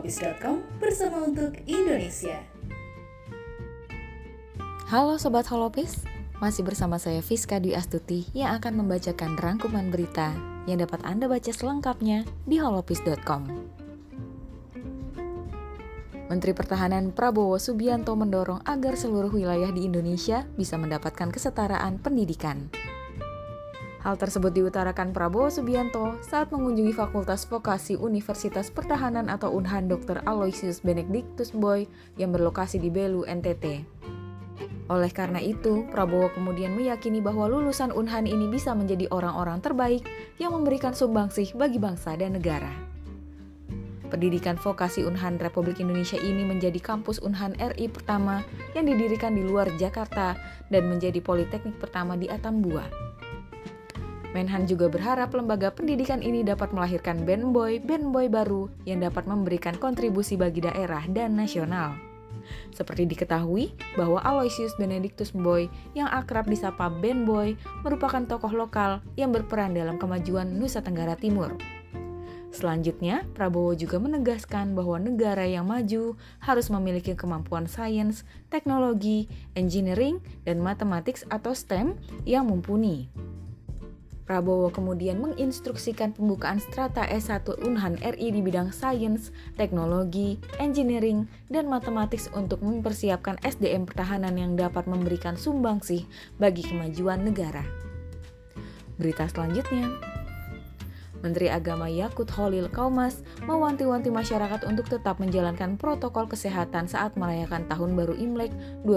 Holopis.com bersama untuk Indonesia. Halo Sobat Holopis, masih bersama saya Fiska Dwi Astuti yang akan membacakan rangkuman berita yang dapat Anda baca selengkapnya di Holopis.com. Menteri Pertahanan Prabowo Subianto mendorong agar seluruh wilayah di Indonesia bisa mendapatkan kesetaraan pendidikan. Hal tersebut diutarakan Prabowo Subianto saat mengunjungi Fakultas Vokasi Universitas Pertahanan atau Unhan Dr. Aloysius Benedictus Boy yang berlokasi di Belu, NTT. Oleh karena itu, Prabowo kemudian meyakini bahwa lulusan Unhan ini bisa menjadi orang-orang terbaik yang memberikan sumbangsih bagi bangsa dan negara. Pendidikan vokasi Unhan Republik Indonesia ini menjadi kampus Unhan RI pertama yang didirikan di luar Jakarta dan menjadi politeknik pertama di Atambua. Menhan juga berharap lembaga pendidikan ini dapat melahirkan band boy baru yang dapat memberikan kontribusi bagi daerah dan nasional. Seperti diketahui bahwa Aloysius Benedictus Boy yang akrab disapa Band Boy merupakan tokoh lokal yang berperan dalam kemajuan Nusa Tenggara Timur. Selanjutnya, Prabowo juga menegaskan bahwa negara yang maju harus memiliki kemampuan sains, teknologi, engineering, dan matematik atau STEM yang mumpuni. Prabowo kemudian menginstruksikan pembukaan strata S1 Unhan RI di bidang sains, teknologi, engineering, dan matematik untuk mempersiapkan SDM pertahanan yang dapat memberikan sumbangsih bagi kemajuan negara. Berita selanjutnya, Menteri Agama Yakut Khalil Qaumas mewanti-wanti masyarakat untuk tetap menjalankan protokol kesehatan saat merayakan Tahun Baru Imlek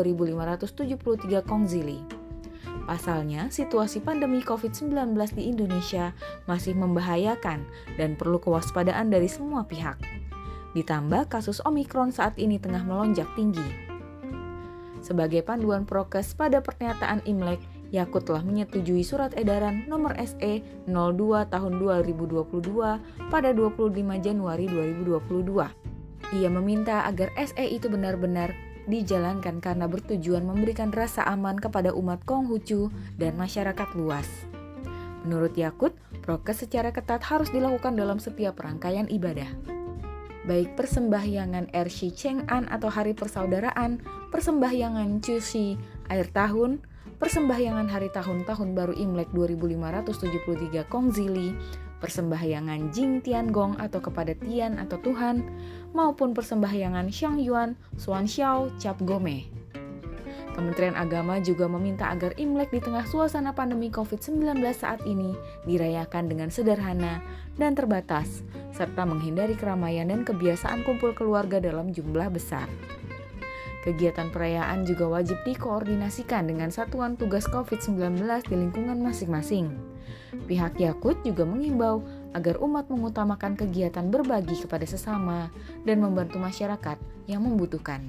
2573 Kongzili. Pasalnya, situasi pandemi COVID-19 di Indonesia masih membahayakan dan perlu kewaspadaan dari semua pihak. Ditambah kasus Omikron saat ini tengah melonjak tinggi. Sebagai panduan prokes pada pernyataan Imlek, Yakut telah menyetujui surat edaran nomor SE 02 tahun 2022 pada 25 Januari 2022. Ia meminta agar SE itu benar-benar dijalankan karena bertujuan memberikan rasa aman kepada umat Konghucu dan masyarakat luas. Menurut Yakut, prokes secara ketat harus dilakukan dalam setiap rangkaian ibadah. Baik persembahyangan Ershi Cheng'an atau Hari Persaudaraan, persembahyangan Chushi, Akhir Tahun, persembahyangan Hari Tahun Baru Imlek 2573 Kongzili, persembahyangan Jing Tiangong atau kepada Tian atau Tuhan, maupun persembahyangan Xiangyuan, Xuanxiao, Cap Gome. Kementerian Agama juga meminta agar Imlek di tengah suasana pandemi COVID-19 saat ini dirayakan dengan sederhana dan terbatas, serta menghindari keramaian dan kebiasaan kumpul keluarga dalam jumlah besar. Kegiatan perayaan juga wajib dikoordinasikan dengan satuan tugas COVID-19 di lingkungan masing-masing. Pihak Yakut juga mengimbau agar umat mengutamakan kegiatan berbagi kepada sesama dan membantu masyarakat yang membutuhkan.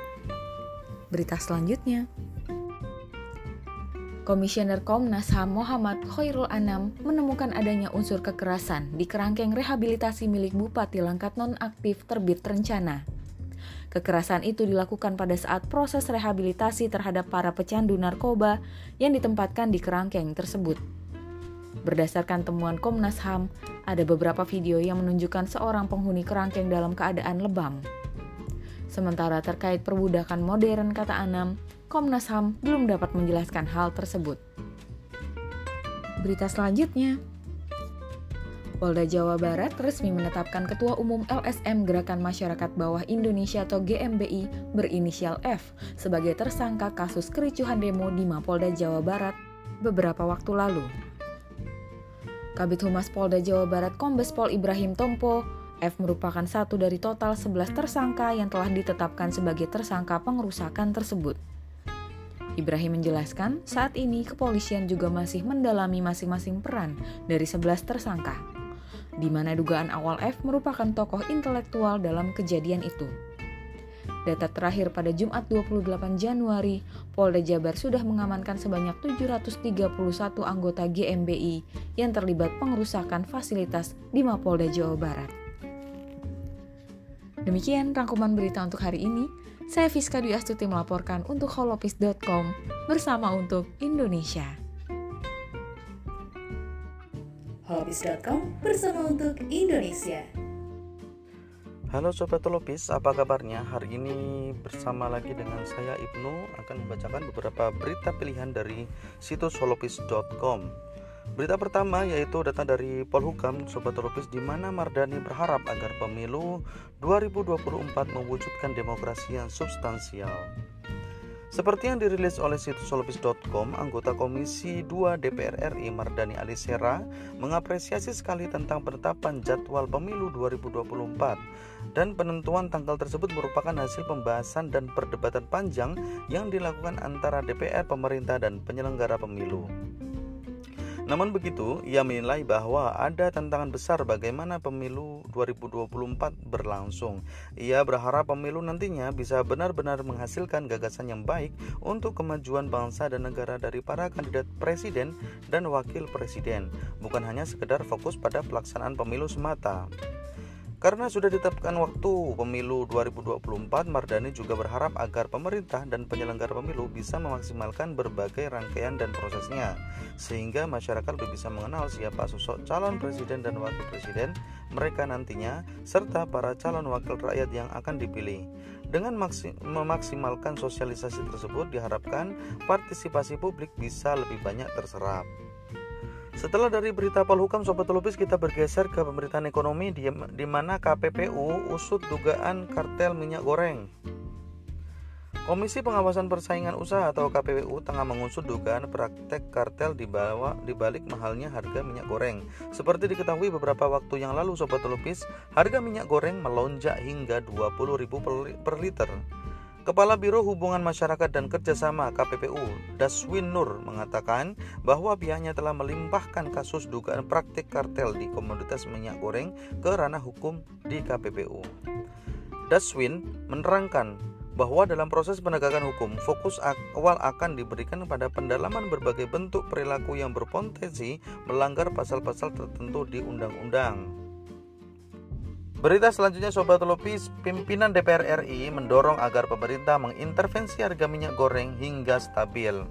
Berita selanjutnya, Komisioner Komnas HAM Muhammad Khairul Anam menemukan adanya unsur kekerasan di kerangkeng rehabilitasi milik Bupati Langkat nonaktif terbit rencana. Kekerasan itu dilakukan pada saat proses rehabilitasi terhadap para pecandu narkoba yang ditempatkan di kerangkeng tersebut. Berdasarkan temuan Komnas HAM, ada beberapa video yang menunjukkan seorang penghuni kerangkeng dalam keadaan lebam. Sementara terkait perbudakan modern, kata Anam, Komnas HAM belum dapat menjelaskan hal tersebut. Berita selanjutnya, Polda Jawa Barat resmi menetapkan Ketua Umum LSM Gerakan Masyarakat Bawah Indonesia atau GMBI berinisial F sebagai tersangka kasus kericuhan demo di Mapolda Jawa Barat beberapa waktu lalu. Kabid Humas Polda Jawa Barat Kombes Pol Ibrahim Tompo, F merupakan satu dari total 11 tersangka yang telah ditetapkan sebagai tersangka pengerusakan tersebut. Ibrahim menjelaskan, saat ini kepolisian juga masih mendalami masing-masing peran dari 11 tersangka, di mana dugaan awal F merupakan tokoh intelektual dalam kejadian itu. Data terakhir pada Jumat 28 Januari, Polda Jabar sudah mengamankan sebanyak 731 anggota GMBI yang terlibat pengerusakan fasilitas di Mapolda Jawa Barat. Demikian rangkuman berita untuk hari ini. Saya Fiska Dwi Astuti melaporkan untuk Holopis.com bersama untuk Indonesia. Holopis.com bersama untuk Indonesia. Halo Sobat Telopis, apa kabarnya? Hari ini bersama lagi dengan saya Ibnu akan membacakan beberapa berita pilihan dari situs holopis.com. Berita pertama yaitu data dari Polhukam Sobat Telopis, di mana Mardani berharap agar pemilu 2024 mewujudkan demokrasi yang substansial. Seperti yang dirilis oleh situs holopis.com, anggota Komisi 2 DPR RI Mardani Alisera mengapresiasi sekali tentang penetapan jadwal pemilu 2024 dan penentuan tanggal tersebut merupakan hasil pembahasan dan perdebatan panjang yang dilakukan antara DPR, pemerintah, dan penyelenggara pemilu. Namun begitu, ia menilai bahwa ada tantangan besar bagaimana pemilu 2024 berlangsung. Ia berharap pemilu nantinya bisa benar-benar menghasilkan gagasan yang baik untuk kemajuan bangsa dan negara dari para kandidat presiden dan wakil presiden, bukan hanya sekedar fokus pada pelaksanaan pemilu semata. Karena sudah ditetapkan waktu pemilu 2024, Mardani juga berharap agar pemerintah dan penyelenggara pemilu bisa memaksimalkan berbagai rangkaian dan prosesnya, sehingga masyarakat lebih bisa mengenal siapa sosok calon presiden dan wakil presiden mereka nantinya, serta para calon wakil rakyat yang akan dipilih. Dengan memaksimalkan sosialisasi tersebut, diharapkan partisipasi publik bisa lebih banyak terserap. Setelah dari berita Polhukam Sobat Telopis, kita bergeser ke pemberitaan ekonomi di mana KPPU usut dugaan kartel minyak goreng. Komisi Pengawasan Persaingan Usaha atau KPPU tengah mengusut dugaan praktek kartel di balik mahalnya harga minyak goreng. Seperti diketahui beberapa waktu yang lalu Sobat Telopis, harga minyak goreng melonjak hingga 20.000 per liter. Kepala Biro Hubungan Masyarakat dan Kerjasama KPPU, Daswin Nur, mengatakan bahwa pihaknya telah melimpahkan kasus dugaan praktik kartel di komoditas minyak goreng ke ranah hukum di KPPU. Daswin menerangkan bahwa dalam proses penegakan hukum, fokus awal akan diberikan pada pendalaman berbagai bentuk perilaku yang berpotensi melanggar pasal-pasal tertentu di undang-undang. Berita selanjutnya Sobat Telopis, pimpinan DPR RI mendorong agar pemerintah mengintervensi harga minyak goreng hingga stabil.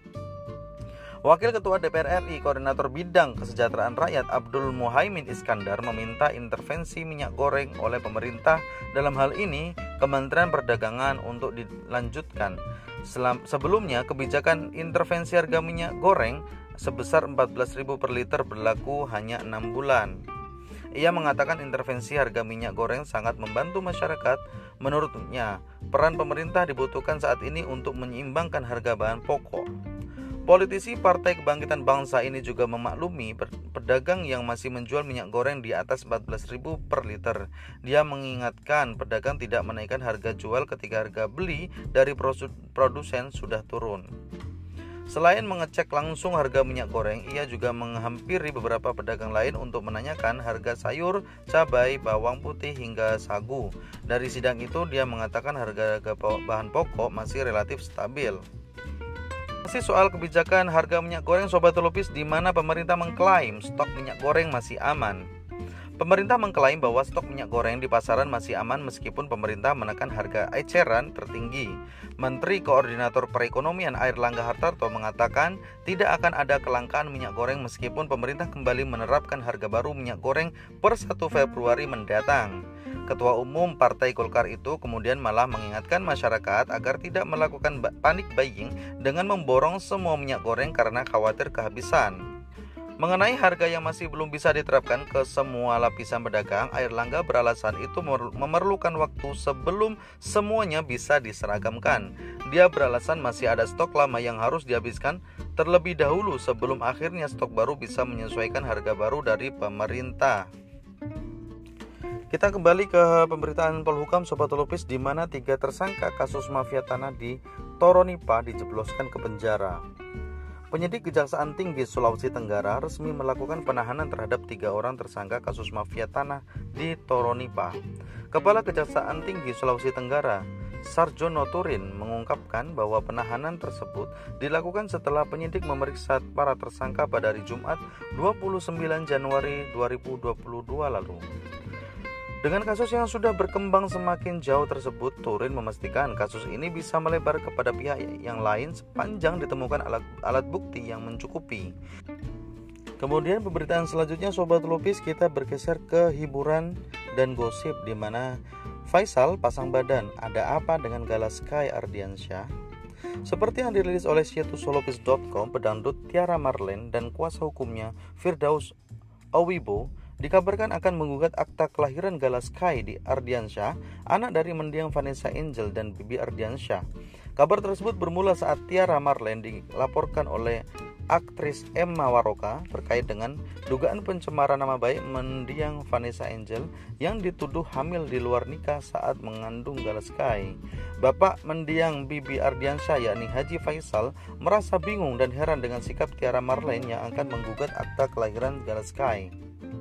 Wakil Ketua DPR RI, Koordinator Bidang Kesejahteraan Rakyat Abdul Muhaimin Iskandar meminta intervensi minyak goreng oleh pemerintah, dalam hal ini Kementerian Perdagangan, untuk dilanjutkan. Sebelumnya, kebijakan intervensi harga minyak goreng sebesar 14.000 per liter berlaku hanya 6 bulan. Ia mengatakan intervensi harga minyak goreng sangat membantu masyarakat. Menurutnya, peran pemerintah dibutuhkan saat ini untuk menyeimbangkan harga bahan pokok. Politisi Partai Kebangkitan Bangsa ini juga memaklumi pedagang yang masih menjual minyak goreng di atas 14.000 per liter. Dia mengingatkan pedagang tidak menaikkan harga jual ketika harga beli dari produsen sudah turun. Selain mengecek langsung harga minyak goreng, ia juga menghampiri beberapa pedagang lain untuk menanyakan harga sayur, cabai, bawang putih, hingga sagu. Dari sidang itu, dia mengatakan harga bahan pokok masih relatif stabil. Masih soal kebijakan harga minyak goreng Sobat Telopis, di mana pemerintah mengklaim stok minyak goreng masih aman. Pemerintah mengklaim bahwa stok minyak goreng di pasaran masih aman meskipun pemerintah menekan harga eceran tertinggi. Menteri Koordinator Perekonomian Airlangga Hartarto mengatakan tidak akan ada kelangkaan minyak goreng meskipun pemerintah kembali menerapkan harga baru minyak goreng per 1 Februari mendatang. Ketua Umum Partai Golkar itu kemudian malah mengingatkan masyarakat agar tidak melakukan panic buying dengan memborong semua minyak goreng karena khawatir kehabisan. Mengenai harga yang masih belum bisa diterapkan ke semua lapisan pedagang, Airlangga beralasan itu memerlukan waktu sebelum semuanya bisa diseragamkan. Dia beralasan masih ada stok lama yang harus dihabiskan terlebih dahulu sebelum akhirnya stok baru bisa menyesuaikan harga baru dari pemerintah. Kita kembali ke pemberitaan Polhukam Sobat Telopis, di mana 3 tersangka kasus mafia tanah di Toronipa dijebloskan ke penjara. Penyidik Kejaksaan Tinggi Sulawesi Tenggara resmi melakukan penahanan terhadap 3 orang tersangka kasus mafia tanah di Toronipa. Kepala Kejaksaan Tinggi Sulawesi Tenggara, Sarjono Turin, mengungkapkan bahwa penahanan tersebut dilakukan setelah penyidik memeriksa para tersangka pada hari Jumat 29 Januari 2022 lalu. Dengan kasus yang sudah berkembang semakin jauh tersebut, Turin memastikan kasus ini bisa melebar kepada pihak yang lain sepanjang ditemukan alat bukti yang mencukupi. Kemudian pemberitaan selanjutnya Sobat Telopis, kita bergeser ke hiburan dan gosip di mana Faisal pasang badan. Ada apa dengan Galaskai Ardiansyah? Seperti yang dirilis oleh situs solopis.com, pedangdut Tiara Marlene dan kuasa hukumnya Firdaus Awibo dikabarkan akan menggugat akta kelahiran Galaskai di Ardiansyah, anak dari mendiang Vanessa Angel dan Bibi Ardiansyah. Kabar tersebut bermula saat Tiara Marlene dilaporkan oleh aktris Emma Waroka terkait dengan dugaan pencemaran nama baik mendiang Vanessa Angel yang dituduh hamil di luar nikah saat mengandung Galaskai. Bapak mendiang Bibi Ardiansyah yakni Haji Faisal merasa bingung dan heran dengan sikap Tiara Marlene yang akan menggugat akta kelahiran Galaskai.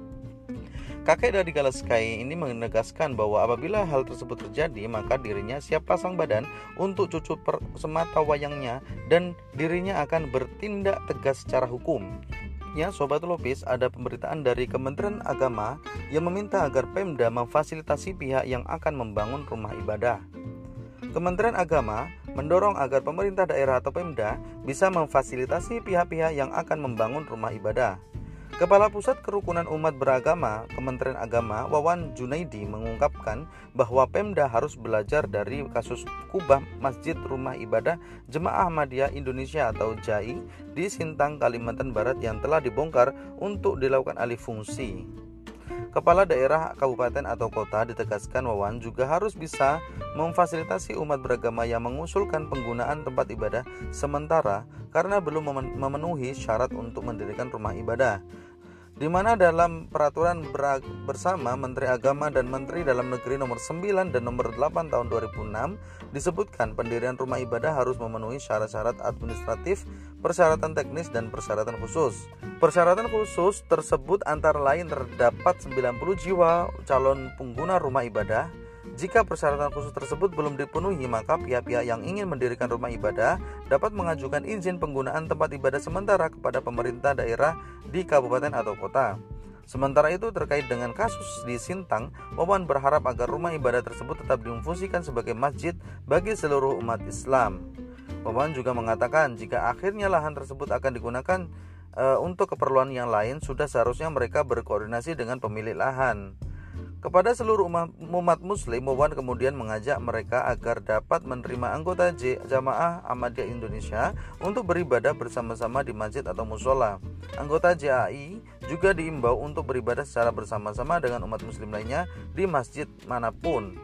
Kakek dari Galaskai ini menegaskan bahwa apabila hal tersebut terjadi, maka dirinya siap pasang badan untuk cucu semata wayangnya dan dirinya akan bertindak tegas secara hukum. Ya, Sobat Lopis, ada pemberitaan dari Kementerian Agama yang meminta agar Pemda memfasilitasi pihak yang akan membangun rumah ibadah. Kementerian Agama mendorong agar pemerintah daerah atau Pemda bisa memfasilitasi pihak-pihak yang akan membangun rumah ibadah. Kepala Pusat Kerukunan Umat Beragama Kementerian Agama Wawan Junaidi mengungkapkan bahwa Pemda harus belajar dari kasus kubah Masjid Rumah Ibadah Jemaah Ahmadiyah Indonesia atau JAI di Sintang, Kalimantan Barat yang telah dibongkar untuk dilakukan alih fungsi. Kepala daerah, kabupaten atau kota ditegaskan Wawan juga harus bisa memfasilitasi umat beragama yang mengusulkan penggunaan tempat ibadah sementara karena belum memenuhi syarat untuk mendirikan rumah ibadah. Di mana dalam peraturan bersama Menteri Agama dan Menteri Dalam Negeri nomor 9 dan nomor 8 tahun 2006 disebutkan pendirian rumah ibadah harus memenuhi syarat-syarat administratif, persyaratan teknis, dan persyaratan khusus. Persyaratan khusus tersebut antara lain terdapat 90 jiwa calon pengguna rumah ibadah. Jika persyaratan khusus tersebut belum dipenuhi, maka pihak-pihak yang ingin mendirikan rumah ibadah dapat mengajukan izin penggunaan tempat ibadah sementara kepada pemerintah daerah di kabupaten atau kota. Sementara itu, terkait dengan kasus di Sintang, Wawan berharap agar rumah ibadah tersebut tetap difungsikan sebagai masjid bagi seluruh umat Islam. Wawan juga mengatakan jika akhirnya lahan tersebut akan digunakan untuk keperluan yang lain, sudah seharusnya mereka berkoordinasi dengan pemilik lahan. Kepada seluruh umat muslim, Wawan kemudian mengajak mereka agar dapat menerima anggota Jamaah Ahmadiyah Indonesia untuk beribadah bersama-sama di masjid atau musola. Anggota JAI juga diimbau untuk beribadah secara bersama-sama dengan umat muslim lainnya di masjid manapun.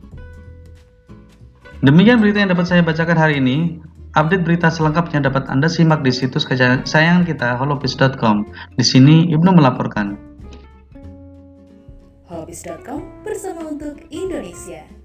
Demikian berita yang dapat saya bacakan hari ini. Update berita selengkapnya dapat Anda simak di situs kesayangan kita holopis.com. Di sini Ibnu melaporkan. Holopis.com bersama untuk Indonesia.